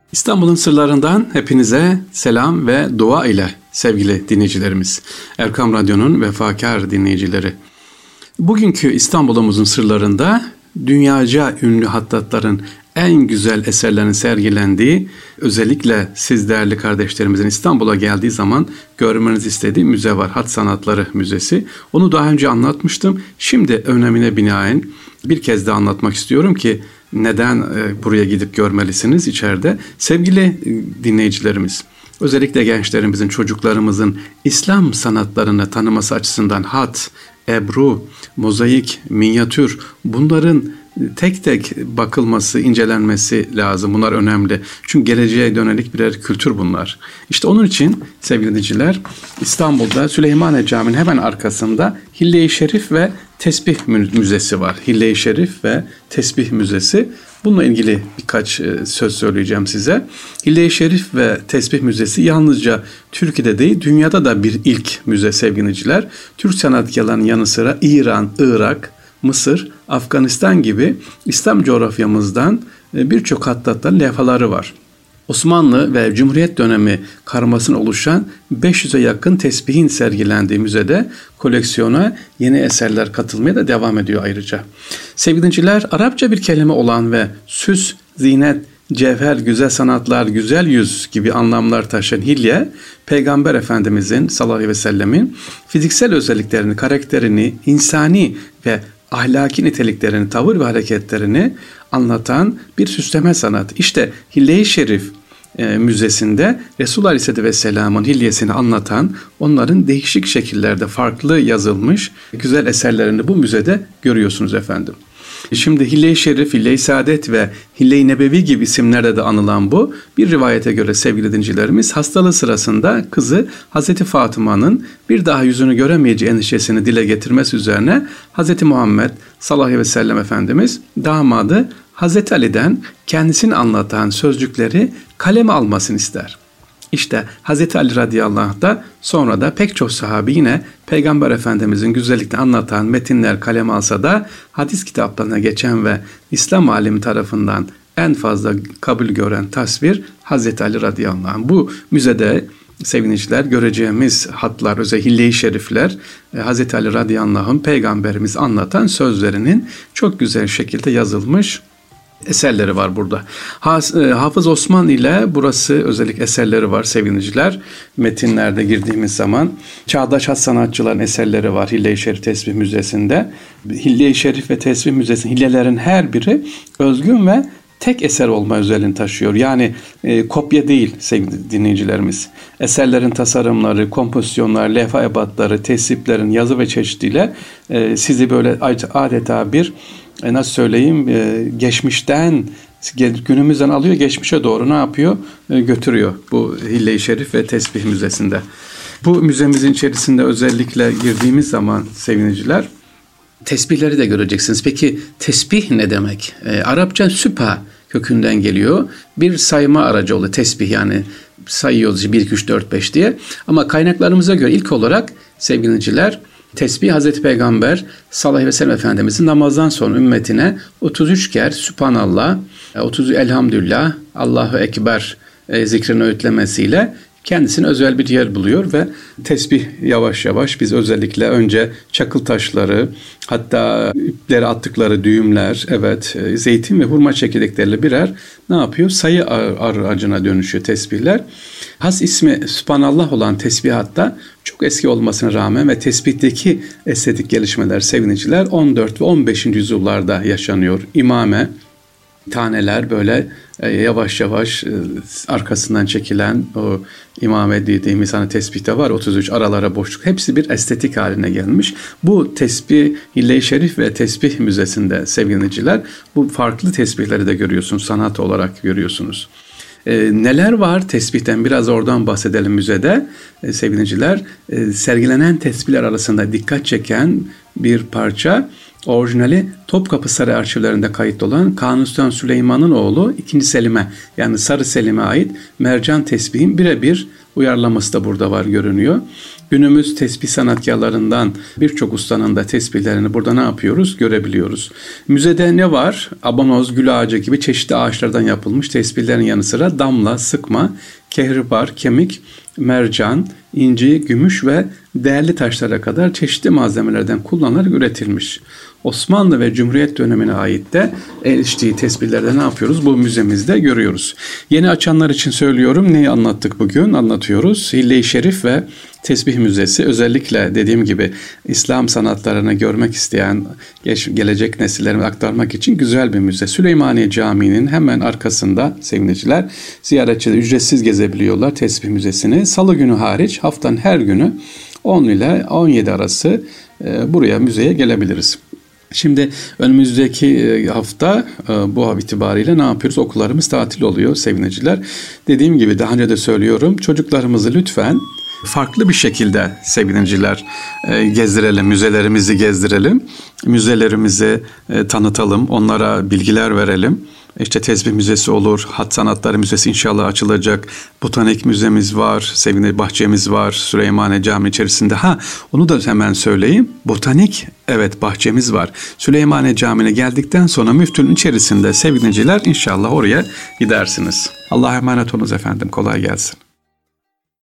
İstanbul'un sırlarından hepinize selam ve dua ile sevgili dinleyicilerimiz. Erkam Radyo'nun vefakar dinleyicileri. Bugünkü İstanbul'umuzun sırlarında dünyaca ünlü hattatların en güzel eserlerinin sergilendiği, özellikle siz değerli kardeşlerimizin İstanbul'a geldiği zaman görmenizi istediği müze var. Hat Sanatları Müzesi. Onu daha önce anlatmıştım. Şimdi önemine binaen bir kez daha anlatmak istiyorum ki neden buraya gidip görmelisiniz içeride. Sevgili dinleyicilerimiz, özellikle gençlerimizin, çocuklarımızın İslam sanatlarını tanıması açısından hat, ebru, mozaik, minyatür, bunların tek tek bakılması, incelenmesi lazım. Bunlar önemli. Çünkü geleceğe dönelik birer kültür bunlar. İşte onun için sevgili dinleyiciler, İstanbul'da Süleymaniye Camii'nin hemen arkasında Hilye-i Şerif ve Tesbih Müzesi var. Hilye-i Şerif ve Tesbih Müzesi. Bununla ilgili birkaç söz söyleyeceğim size. Hilye-i Şerif ve Tesbih Müzesi yalnızca Türkiye'de değil, dünyada da bir ilk müze sevgili dinleyiciler. Türk sanatkarlarının yanı sıra İran, Irak, Mısır, Afganistan gibi İslam coğrafyamızdan birçok hattatların levhaları var. Osmanlı ve Cumhuriyet dönemi karmasına oluşan 500'e yakın tesbihin sergilendiği müzede koleksiyona yeni eserler katılmaya da devam ediyor ayrıca. Sevgili dinleyiciler, Arapça bir kelime olan ve süs, zinet, cevher, güzel sanatlar, güzel yüz gibi anlamlar taşıyan hilye, Peygamber Efendimizin sallallahu aleyhi ve sellemin fiziksel özelliklerini, karakterini, insani ve ahlaki niteliklerini, tavır ve hareketlerini anlatan bir süsleme sanat. İşte Hilye-i Şerif Müzesi'nde Resulullah Aleyhisselatü Vesselam'ın hilyesini anlatan, onların değişik şekillerde farklı yazılmış güzel eserlerini bu müzede görüyorsunuz efendim. Şimdi Hilye-i Şerif, Hilye-i Saadet ve Hilye-i Nebevi gibi isimlerle de anılan bu. Bir rivayete göre sevgili dinleyicilerimiz, hastalığı sırasında kızı Hazreti Fatıma'nın bir daha yüzünü göremeyeceği endişesini dile getirmesi üzerine Hazreti Muhammed sallallahu aleyhi ve sellem Efendimiz damadı Hazreti Ali'den kendisini anlatan sözcükleri kaleme almasını ister. İşte Hazreti Ali radıyallahu anh da sonra da pek çok sahabi yine Peygamber Efendimizin güzelliklerini anlatan metinler kaleme alsa da hadis kitaplarına geçen ve İslam alemi tarafından en fazla kabul gören tasvir Hazreti Ali radıyallahu anh. Bu müzede sevgiliciler göreceğimiz hatlar, özellikle Hilye-i Şerifler, Hazreti Ali radıyallahu anh Peygamberimiz anlatan sözlerinin çok güzel şekilde yazılmış eserleri var burada. Hafız Osman ile burası özellikle eserleri var sevgili dinleyiciler. Metinlerde girdiğimiz zaman çağdaş hat sanatçıların eserleri var Hilye-i Şerif Tesbih Müzesi'nde. Hilye-i Şerif ve Tesbih Müzesi'nin hilyelerin her biri özgün ve tek eser olma özelliğini taşıyor. Yani kopya değil sevgili dinleyicilerimiz. Eserlerin tasarımları, kompozisyonlar, levha ebatları, tesiplerin yazı ve çeşidiyle sizi böyle adeta bir nasıl söyleyeyim, geçmişten günümüzden alıyor, geçmişe doğru ne yapıyor? Götürüyor bu Hilye-i Şerif ve Tesbih Müzesi'nde. Bu müzemizin içerisinde özellikle girdiğimiz zaman sevgiliciler tesbihleri de göreceksiniz. Peki tesbih ne demek? Arapça süpa kökünden geliyor. Bir sayma aracı oluyor tesbih, yani sayıyoruz 1, 2, 3, 4, 5 diye. Ama kaynaklarımıza göre ilk olarak sevgiliciler tesbih Hazreti Peygamber sallallahu aleyhi ve sellem Efendimizin namazdan sonra ümmetine 33 kere Sübhanallah, 30 Elhamdülillah, Allahu Ekber zikrini öğütlemesiyle kendisine özel bir yer buluyor ve tesbih yavaş yavaş biz özellikle önce çakıl taşları, hatta ipleri attıkları düğümler, zeytin ve hurma çekirdekleriyle birer ne yapıyor? Sayı aracına dönüşüyor tesbihler. Has ismi Sübhanallah olan tesbihatta çok eski olmasına rağmen ve tesbihteki estetik gelişmeler sevgiliciler 14 ve 15. yüzyıllarda yaşanıyor. İmame, taneler böyle yavaş yavaş arkasından çekilen o imame dediğimiz hani tesbihte var 33 aralara boşluk, hepsi bir estetik haline gelmiş. Bu tesbih Hilye-i Şerif ve Tesbih Müzesi'nde sevgiliciler bu farklı tesbihleri de görüyorsunuz, sanat olarak görüyorsunuz. Neler var tesbihten, biraz oradan bahsedelim müzede. Sevgiliciler, sergilenen tesbihler arasında dikkat çeken bir parça, orijinali Topkapı Sarayı arşivlerinde kayıtlı olan Kanuni Sultan Süleyman'ın oğlu 2. Selim'e, yani Sarı Selim'e ait mercan tesbihin birebir uyarlaması da burada var görünüyor. Günümüz tesbih sanatkarlarından birçok ustanın da tesbihlerini burada ne yapıyoruz? Görebiliyoruz. Müzede ne var? Abanoz, gül ağacı gibi çeşitli ağaçlardan yapılmış tesbihlerin yanı sıra damla, sıkma, kehribar, kemik, mercan, inci, gümüş ve değerli taşlara kadar çeşitli malzemelerden kullanılarak üretilmiş. Osmanlı ve Cumhuriyet dönemine ait de el işçiliği tesbihlerde ne yapıyoruz? Bu müzemizde görüyoruz. Yeni açanlar için söylüyorum. Neyi anlattık bugün? Anlatıyoruz. Hille-i Şerif ve Tesbih Müzesi, özellikle dediğim gibi İslam sanatlarını görmek isteyen gelecek nesillere aktarmak için güzel bir müze. Süleymaniye Camii'nin hemen arkasında sevgiliciler, ziyaretçiler ücretsiz gezebiliyorlar Tesbih Müzesi'ni. Salı günü hariç haftanın her günü 10 ile 17 arası buraya, müzeye gelebiliriz. Şimdi önümüzdeki hafta bu itibariyle ne yapıyoruz? Okullarımız tatil oluyor sevgiliciler. Dediğim gibi daha önce de söylüyorum. Çocuklarımızı lütfen farklı bir şekilde sevgiliciler gezdirelim, müzelerimizi gezdirelim. Müzelerimizi tanıtalım, onlara bilgiler verelim. İşte Tesbih Müzesi olur, Hat Sanatları Müzesi inşallah açılacak. Botanik Müzemiz var, sevgili bahçemiz var Süleymaniye Camii içerisinde. Onu da hemen söyleyeyim. Botanik, evet, bahçemiz var. Süleymaniye Camii'ne geldikten sonra müftünün içerisinde sevgiliciler inşallah oraya gidersiniz. Allah'a emanet olunuz efendim. Kolay gelsin.